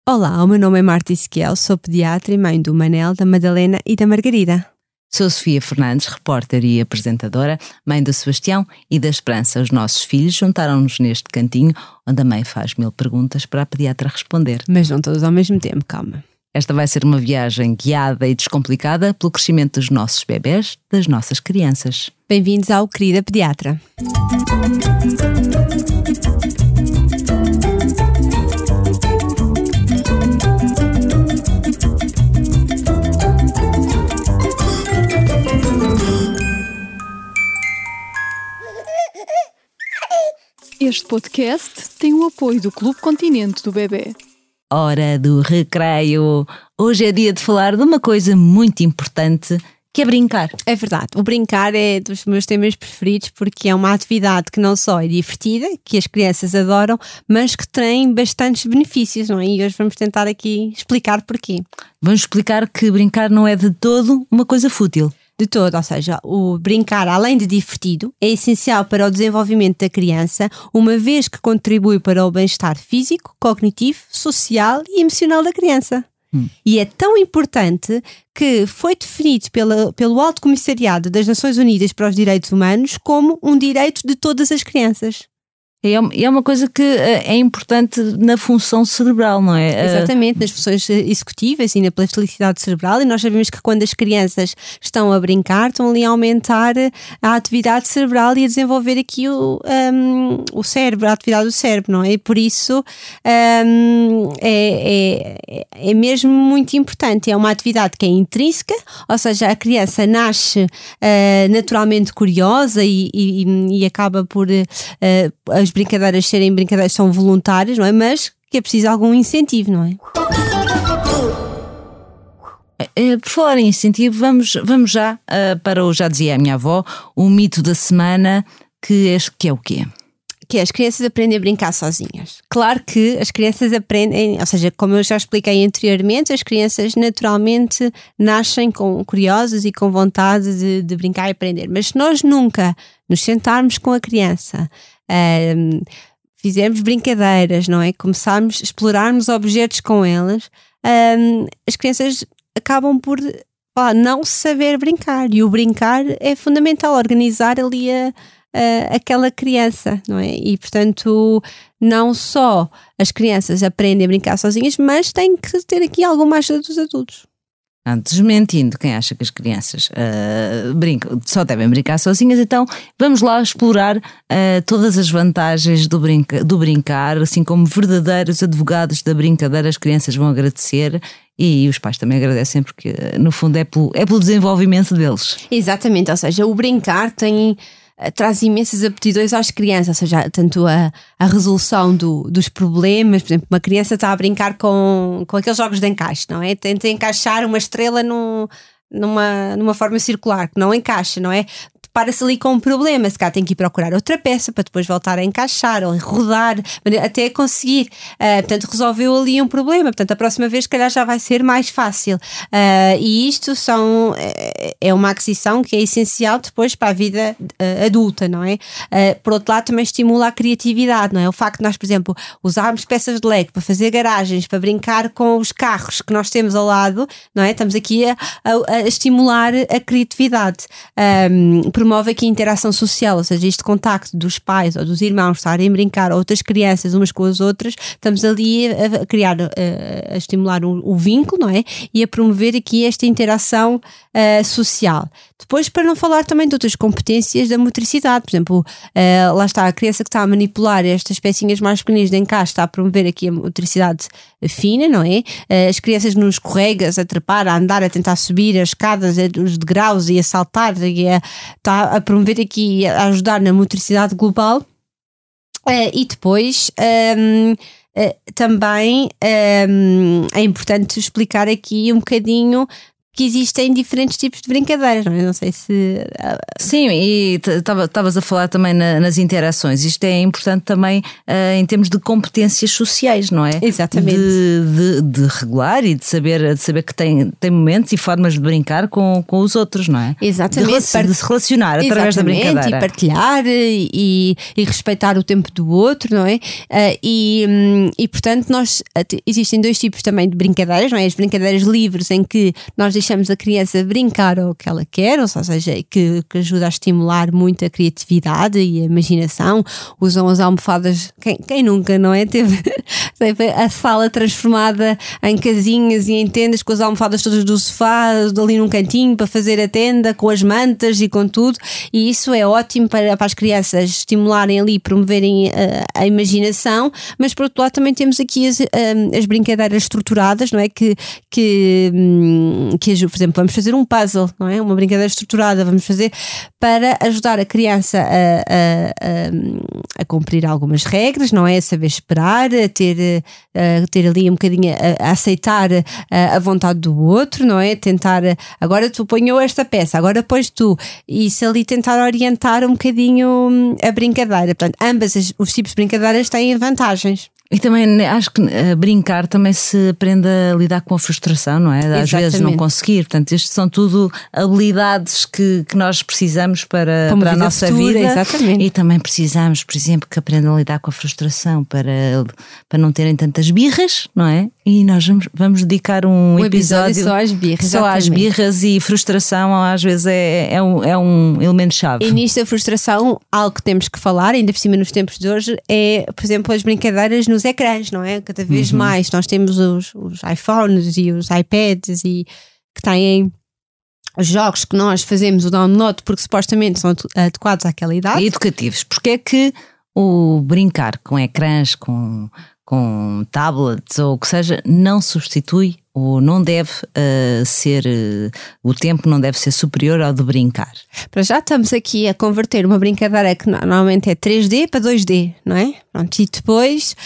Olá, o meu nome é Marta Ezequiel, sou pediatra e mãe do Manel, da Madalena e da Margarida. Sou Sofia Fernandes, repórter e apresentadora, mãe do Sebastião e da Esperança. Os nossos filhos juntaram-nos neste cantinho, onde a mãe faz 1000 perguntas para a pediatra responder. Mas não todos ao mesmo tempo, calma. Esta vai ser uma viagem guiada e descomplicada pelo crescimento dos nossos bebés, das nossas crianças. Bem-vindos ao Querida Pediatra. Este podcast tem o apoio do Clube Continente do Bebé. Hora do recreio! Hoje é dia de falar de uma coisa muito importante, que é brincar. É verdade, o brincar é dos meus temas preferidos porque é uma atividade que não só é divertida, que as crianças adoram, mas que tem bastantes benefícios, não é? E hoje vamos tentar aqui explicar porquê. Vamos explicar que brincar não é de todo uma coisa fútil. De todo, ou seja, o brincar, além de divertido, é essencial para o desenvolvimento da criança, uma vez que contribui para o bem-estar físico, cognitivo, social e emocional da criança. E é tão importante que foi definido pelo Alto Comissariado das Nações Unidas para os Direitos Humanos como um direito de todas as crianças. É uma coisa que é importante na função cerebral, não é? Exatamente, nas funções executivas e na plasticidade cerebral, e nós sabemos que quando as crianças estão a brincar, estão ali a aumentar a atividade cerebral e a desenvolver aqui o cérebro, a atividade do cérebro, não é? E por isso é mesmo muito importante. É uma atividade que é intrínseca, ou seja, a criança nasce naturalmente curiosa e acaba por as brincadeiras serem brincadeiras são voluntárias, não é? Mas que é preciso algum incentivo, não é? Por falar em incentivo, vamos já para o já dizia a minha avó, o mito da semana, que é o quê? Que é, as crianças aprendem a brincar sozinhas. Claro que as crianças aprendem, ou seja, como eu já expliquei anteriormente, as crianças naturalmente nascem curiosas e com vontade de brincar e aprender. Mas se nós nunca nos sentarmos com a criança, fizermos brincadeiras, não é? Começarmos a explorarmos objetos com elas, as crianças acabam por não saber brincar. E o brincar é fundamental, organizar ali aquela criança, não é? E portanto, não só as crianças aprendem a brincar sozinhas, mas têm que ter aqui alguma ajuda dos adultos. Desmentindo quem acha que as crianças só devem brincar sozinhas, então vamos lá explorar todas as vantagens do brincar, assim como verdadeiros advogados da brincadeira. As crianças vão agradecer e os pais também agradecem, porque no fundo é pelo desenvolvimento deles. Exatamente, ou seja, o brincar traz imensas aptidões às crianças, ou seja, tanto a resolução dos problemas. Por exemplo, uma criança está a brincar com aqueles jogos de encaixe, não é? Tenta encaixar uma estrela numa forma circular, que não encaixa, não é? Para-se ali com um problema, se calhar tem que ir procurar outra peça para depois voltar a encaixar ou rodar até conseguir. Portanto, resolveu ali um problema. Portanto, a próxima vez, se calhar, já vai ser mais fácil. E isto é uma aquisição que é essencial depois para a vida adulta, não é? Por outro lado, também estimula a criatividade, não é? O facto de nós, por exemplo, usarmos peças de Lego para fazer garagens, para brincar com os carros que nós temos ao lado, não é? Estamos aqui a estimular a criatividade. Promove aqui a interação social, ou seja, este contacto dos pais ou dos irmãos estarem a brincar, ou outras crianças umas com as outras, estamos ali a criar, a estimular o vínculo, não é? E a promover aqui esta interação social. Depois, para não falar também de outras competências da motricidade, por exemplo, lá está a criança que está a manipular estas pecinhas mais pequenas de encaixe, está a promover aqui a motricidade fina, não é? As crianças nos escorregas, a trepar, a andar, a tentar subir as escadas, os degraus e a saltar, está a promover aqui, a ajudar na motricidade global. E depois também é importante explicar aqui um bocadinho que existem diferentes tipos de brincadeiras, não é? Não sei se... Sim, e estavas a falar também nas interações. Isto é importante também em termos de competências sociais, não é? Exatamente. De regular e de saber que tem momentos e formas de brincar com os outros, não é? Exatamente. De se relacionar através da brincadeira. E partilhar e respeitar o tempo do outro, não é? E portanto, existem dois tipos também de brincadeiras, não é? As brincadeiras livres, em que nós deixamos a criança brincar o que ela quer, ou seja, que ajuda a estimular muito a criatividade e a imaginação. Usam as almofadas, quem nunca, não é? Teve a sala transformada em casinhas e em tendas, com as almofadas todas do sofá, ali num cantinho, para fazer a tenda, com as mantas e com tudo, e isso é ótimo para as crianças estimularem ali, promoverem a imaginação. Mas por outro lado também temos aqui as brincadeiras estruturadas, não é? Que por exemplo, vamos fazer um puzzle, não é? Uma brincadeira estruturada, vamos fazer para ajudar a criança a cumprir algumas regras, não é? A saber esperar, a ter ali um bocadinho, a aceitar a vontade do outro, não é? Tentar, agora tu ponhou esta peça, agora pões tu, e isso ali tentar orientar um bocadinho a brincadeira. Portanto, os tipos de brincadeiras têm vantagens. E também acho que brincar também se aprende a lidar com a frustração, não é? Às vezes não conseguir. Portanto, isto são tudo habilidades que nós precisamos para a nossa vida. Exatamente. E também precisamos, por exemplo, que aprendam a lidar com a frustração para não terem tantas birras, não é? E nós vamos dedicar um episódio só às birras. Só às birras, e frustração às vezes é um elemento-chave. E nisto a frustração, algo que temos que falar, ainda por cima nos tempos de hoje, é, por exemplo, as brincadeiras nos ecrãs, não é? Cada vez mais nós temos os iPhones e os iPads e que têm jogos que nós fazemos o download porque supostamente são adequados àquela idade. E educativos. Porque é que o brincar com ecrãs, com tablets ou o que seja, não substitui ou não deve ser, o tempo não deve ser superior ao de brincar? Para já estamos aqui a converter uma brincadeira que normalmente é 3D para 2D, não é? Pronto, e depois,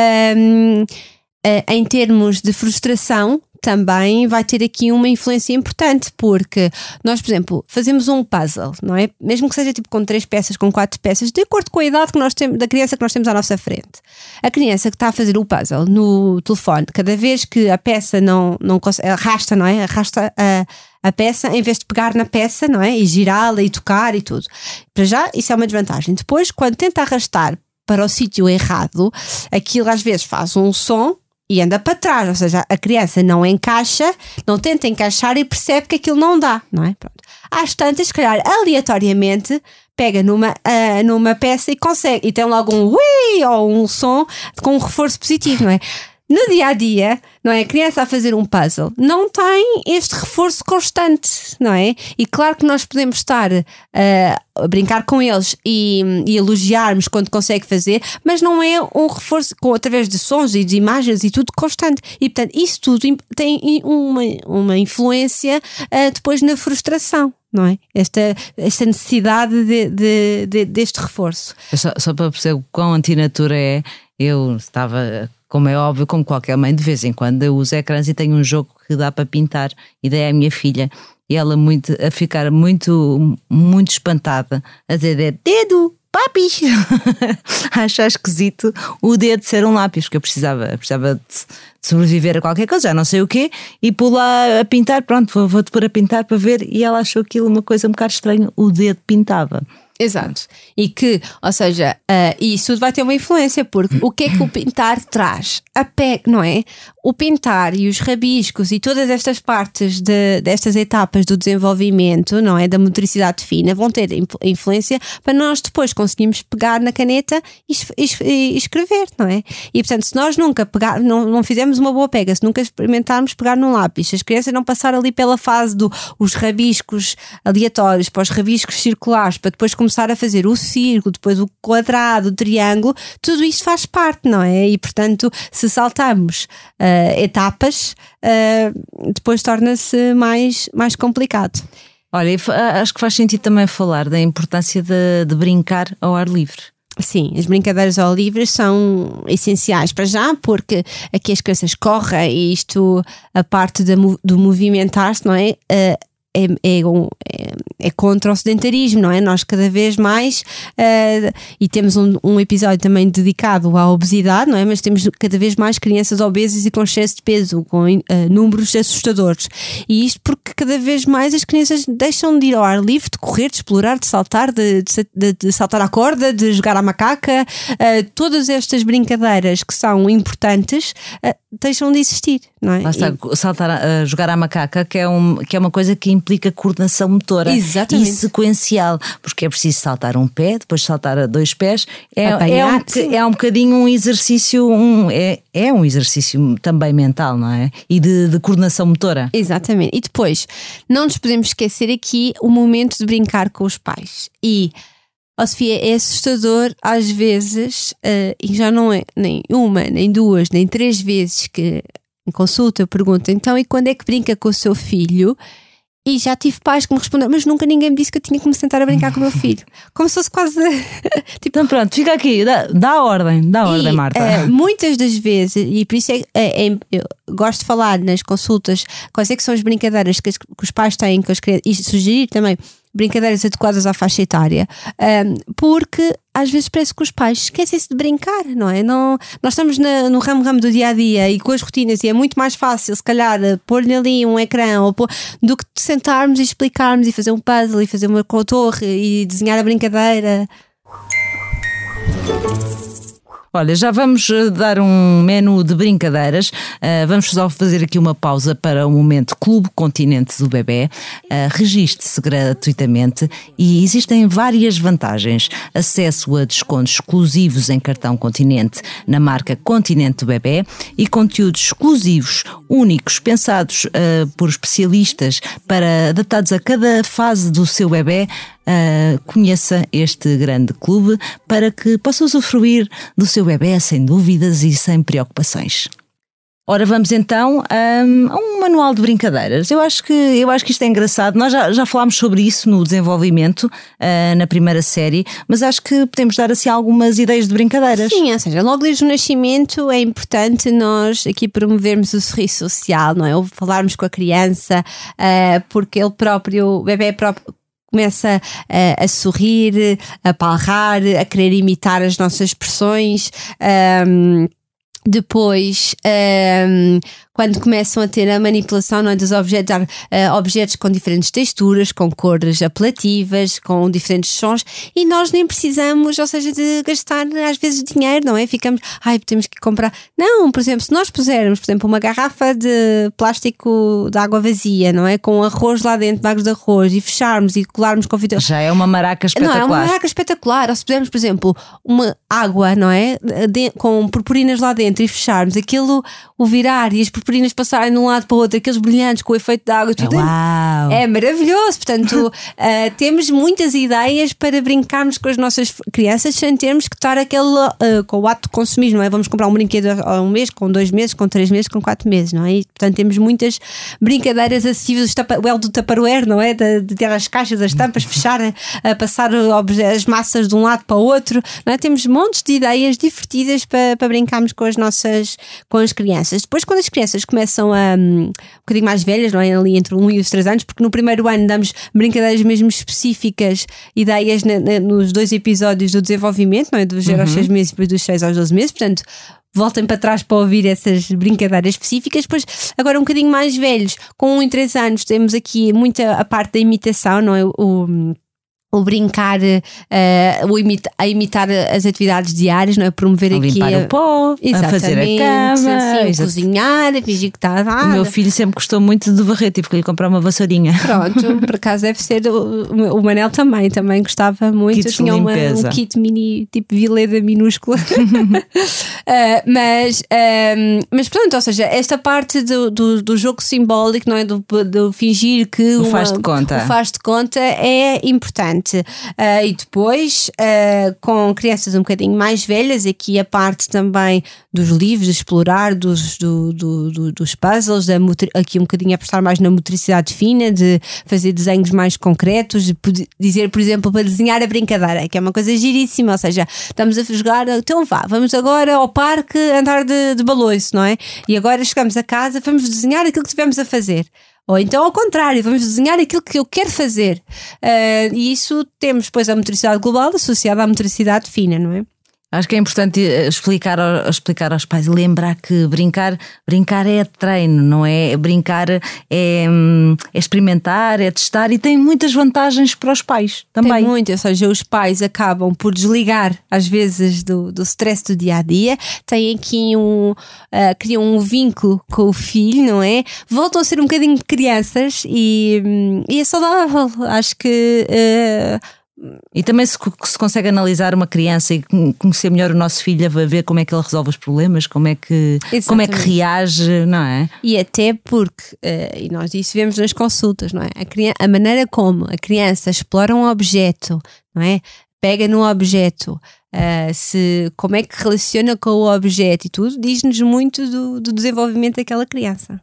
em termos de frustração, também vai ter aqui uma influência importante, porque nós, por exemplo, fazemos um puzzle, não é? Mesmo que seja tipo com 3 peças, com 4 peças, de acordo com a idade que nós temos, da criança que nós temos à nossa frente. A criança que está a fazer o puzzle no telefone, cada vez que a peça não consegue, arrasta, não é? Arrasta a peça, em vez de pegar na peça, não é? E girá-la e tocar e tudo. Para já, isso é uma desvantagem. Depois, quando tenta arrastar para o sítio errado, aquilo às vezes faz um som e anda para trás, ou seja, a criança não encaixa, não tenta encaixar e percebe que aquilo não dá, não é? Pronto. Às tantas, se calhar, aleatoriamente, pega numa peça e consegue, e tem logo um ui ou um som com um reforço positivo, não é? No dia-a-dia, não é? A criança a fazer um puzzle não tem este reforço constante, não é? E claro que nós podemos estar a brincar com eles e elogiarmos quando consegue fazer, mas não é um reforço através de sons e de imagens e tudo constante. E portanto, isso tudo tem uma influência depois na frustração, não é? Esta necessidade deste reforço. Só para perceber o quão antinatura é, eu estava... Como é óbvio, como qualquer mãe, de vez em quando eu uso ecrãs e tenho um jogo que dá para pintar, e dei à minha filha, e ela a ficar muito, muito espantada, a dizer: dedo, papi! Achar esquisito o dedo ser um lápis, porque eu precisava de sobreviver a qualquer coisa, já não sei o quê, e pôr lá a pintar, pronto, vou-te pôr a pintar para ver, e ela achou aquilo uma coisa um bocado estranha, o dedo pintava. Exato. E que, ou seja, isso vai ter uma influência, porque o que é que o pintar traz? Não é? O pintar e os rabiscos e todas estas partes destas etapas do desenvolvimento, não é? Da motricidade fina, vão ter influência para nós depois conseguirmos pegar na caneta e escrever, não é? E portanto, se nós nunca não fizermos uma boa pega, se nunca experimentarmos pegar num lápis, se as crianças não passar ali pela fase dos rabiscos aleatórios para os rabiscos circulares, para depois começar a fazer o círculo, depois o quadrado, o triângulo, tudo isto faz parte, não é? E portanto, se saltamos etapas, depois torna-se mais complicado. Olha, acho que faz sentido também falar da importância de brincar ao ar livre. Sim, as brincadeiras ao livre são essenciais para já, porque aqui as crianças correm e isto, a parte do movimentar-se, não é? É contra o sedentarismo, não é? Nós cada vez mais e temos um episódio também dedicado à obesidade, não é? Mas temos cada vez mais crianças obesas e com excesso de peso, com números assustadores, e isto porque cada vez mais as crianças deixam de ir ao ar livre, de correr, de explorar, de saltar, de saltar à corda, de jogar à macaca. Todas estas brincadeiras que são importantes deixam de existir, não é? Basta saltar, jogar à macaca, que é uma coisa que implica coordenação motora. Exatamente. E sequencial, porque é preciso saltar um pé, depois saltar a 2 pés. É um bocadinho um exercício, é um exercício também mental, não é? E de coordenação motora. Exatamente. E depois, não nos podemos esquecer aqui o momento de brincar com os pais. E, Sofia, é assustador às vezes, e já não é nem uma, nem duas, nem 3 vezes que em consulta eu pergunto, então, e quando é que brinca com o seu filho? E já tive pais que me responderam, mas nunca ninguém me disse que eu tinha que me sentar a brincar com o meu filho. Como se fosse quase tipo, então pronto, fica aqui, dá ordem, Marta. Muitas das vezes, e por isso eu gosto de falar nas consultas quais é que são as brincadeiras que os pais têm com as crianças, e sugerir também brincadeiras adequadas à faixa etária, porque às vezes parece que os pais esquecem-se de brincar, não é? Nós estamos no ramo do dia-a-dia e com as rotinas, e é muito mais fácil se calhar pôr-lhe ali um ecrã do que sentarmos e explicarmos e fazer um puzzle e fazer uma torre e desenhar a brincadeira. Olha, já vamos dar um menu de brincadeiras. Vamos só fazer aqui uma pausa para o momento Clube Continente do Bebé. Registre-se gratuitamente e existem várias vantagens. Acesso a descontos exclusivos em cartão Continente na marca Continente do Bebé e conteúdos exclusivos, únicos, pensados por especialistas adaptados a cada fase do seu bebé. Conheça este grande clube para que possa usufruir do seu bebé sem dúvidas e sem preocupações. Ora, vamos então a um manual de brincadeiras. Eu acho que isto é engraçado. Nós já falámos sobre isso no desenvolvimento na primeira série, mas acho que podemos dar assim algumas ideias de brincadeiras. Sim, ou seja, logo desde o nascimento é importante nós aqui promovermos o sorriso social, não é? Ou falarmos com a criança, porque o bebê próprio começa a sorrir, a palrar, a querer imitar as nossas expressões. Depois, quando começam a ter a manipulação, não é, dos objetos, objetos com diferentes texturas, com cores apelativas, com diferentes sons, e nós nem precisamos, ou seja, de gastar às vezes dinheiro, não é? Ficamos, temos que comprar. Não, por exemplo, se nós pusermos, por exemplo, uma garrafa de plástico de água vazia, não é? Com arroz lá dentro, bagos de arroz, e fecharmos e colarmos com fita. Já é uma maraca espetacular. Não, é uma maraca espetacular. Ou se pusermos, por exemplo, uma água, não é? Com purpurinas lá dentro e fecharmos aquilo, o virar e as purpurinas passarem de um lado para o outro, aqueles brilhantes com o efeito de água, tudo é maravilhoso. Portanto, temos muitas ideias para brincarmos com as nossas crianças sem termos que estar com o ato de consumismo, não é? Vamos comprar um brinquedo há 1 mês, com 2 meses, com 3 meses, com 4 meses, não é? E, portanto, temos muitas brincadeiras acessíveis, o L do Tupperware, não é? De ter as caixas, as tampas, fechar, a passar as massas de um lado para o outro, não é? Temos montes de ideias divertidas para brincarmos com as crianças. Depois, quando as crianças começam um bocadinho mais velhas, não é? Ali entre 1 e os 3 anos, porque no primeiro ano damos brincadeiras mesmo específicas, ideias nos 2 episódios do desenvolvimento, não é? Dos 0 aos 6 meses e depois dos 6 aos 12 meses, portanto voltem para trás para ouvir essas brincadeiras específicas. Depois, agora um bocadinho mais velhos, com 1 e 3 anos, temos aqui muita a parte da imitação, não é? O brincar, a imitar as atividades diárias, não é? Promover aqui limpar o pó, a fazer a cama, cozinhar, a fingir que está a dar. O meu filho sempre gostou muito de varrer, tive que lhe comprar uma vassourinha. Pronto, por acaso deve ser. O Manel também gostava muito. Kits tinha um kit mini, tipo Vileda minúscula. Mas pronto, ou seja, esta parte do jogo simbólico, não é? Do fingir que o faz de conta é importante. exatamente. E depois, com crianças um bocadinho mais velhas, aqui a parte também dos livros, de explorar, dos puzzles, aqui um bocadinho a apostar mais na motricidade fina, de fazer desenhos mais concretos, de dizer, por exemplo, para desenhar a brincadeira, que é uma coisa giríssima, ou seja, estamos a jogar, então vamos agora ao parque andar de baloiço, não é? E agora chegamos a casa, vamos desenhar aquilo que estivemos a fazer. Ou então ao contrário, vamos desenhar aquilo que eu quero fazer. E isso temos depois a motricidade global associada à motricidade fina, não é? Acho que é importante explicar aos pais, lembrar que brincar é treino, não é? Brincar é experimentar, é testar, e tem muitas vantagens para os pais também. Tem muito, ou seja, os pais acabam por desligar às vezes do stress do dia-a-dia, têm aqui criam um vínculo com o filho, não é? Voltam a ser um bocadinho de crianças e é saudável, acho que... E também se consegue analisar uma criança e conhecer melhor o nosso filho, a ver como é que ele resolve os problemas, como é que reage, não é? E até porque, e nós isso vemos nas consultas, não é? A maneira como a criança explora um objeto, não é? Pega no objeto, como é que relaciona com o objeto e tudo, diz-nos muito do desenvolvimento daquela criança.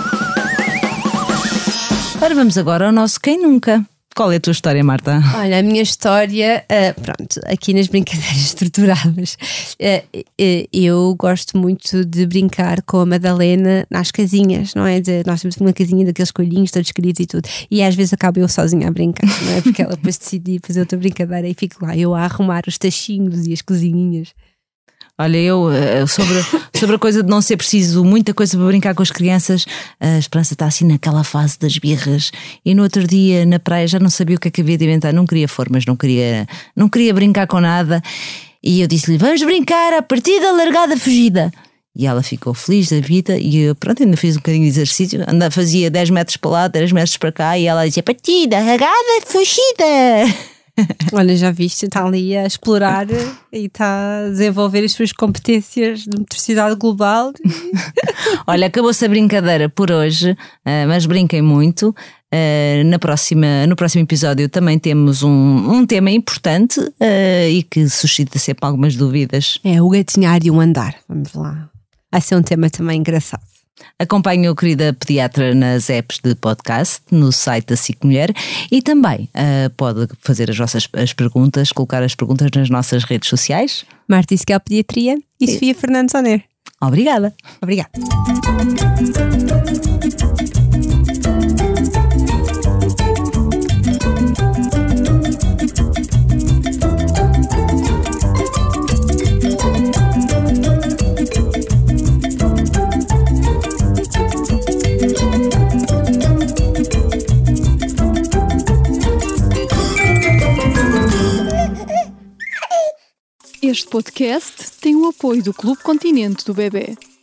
Ora, vamos agora ao nosso Quem Nunca. Qual é a tua história, Marta? Olha, a minha história, pronto, aqui nas brincadeiras estruturadas, eu gosto muito de brincar com a Madalena nas casinhas, não é? Nós temos uma casinha daqueles coelhinhos todos queridos e tudo, e às vezes acabo eu sozinha a brincar, não é? Porque ela depois decidia fazer outra brincadeira e fico lá, eu a arrumar os tachinhos e as cozinhinhas. Olha, eu sobre a coisa de não ser preciso muita coisa para brincar com as crianças, a Esperança está assim naquela fase das birras, e no outro dia na praia já não sabia o que é que havia de inventar, não queria formas, não queria brincar com nada, e eu disse-lhe, vamos brincar à partida, largada, fugida. E ela ficou feliz da vida, e eu, pronto, ainda fiz um bocadinho de exercício, fazia 10 metros para lá, 10 metros para cá, e ela dizia, partida, largada, fugida. Olha, já viste, está ali a explorar e está a desenvolver as suas competências de motricidade global. Olha, acabou-se a brincadeira por hoje, mas brinquem muito. No próximo episódio também temos um tema importante e que suscita sempre algumas dúvidas. É o gatinhar e o andar, vamos lá. Vai ser um tema também engraçado. Acompanhe o querida pediatra nas apps de podcast, no site da SIC Mulher, e também pode fazer as perguntas, colocar as perguntas nas nossas redes sociais. Marta Isquel Pediatria e Sofia Fernandes Oner. Obrigada. Obrigada. Este podcast tem o apoio do Clube Continente do Bebé.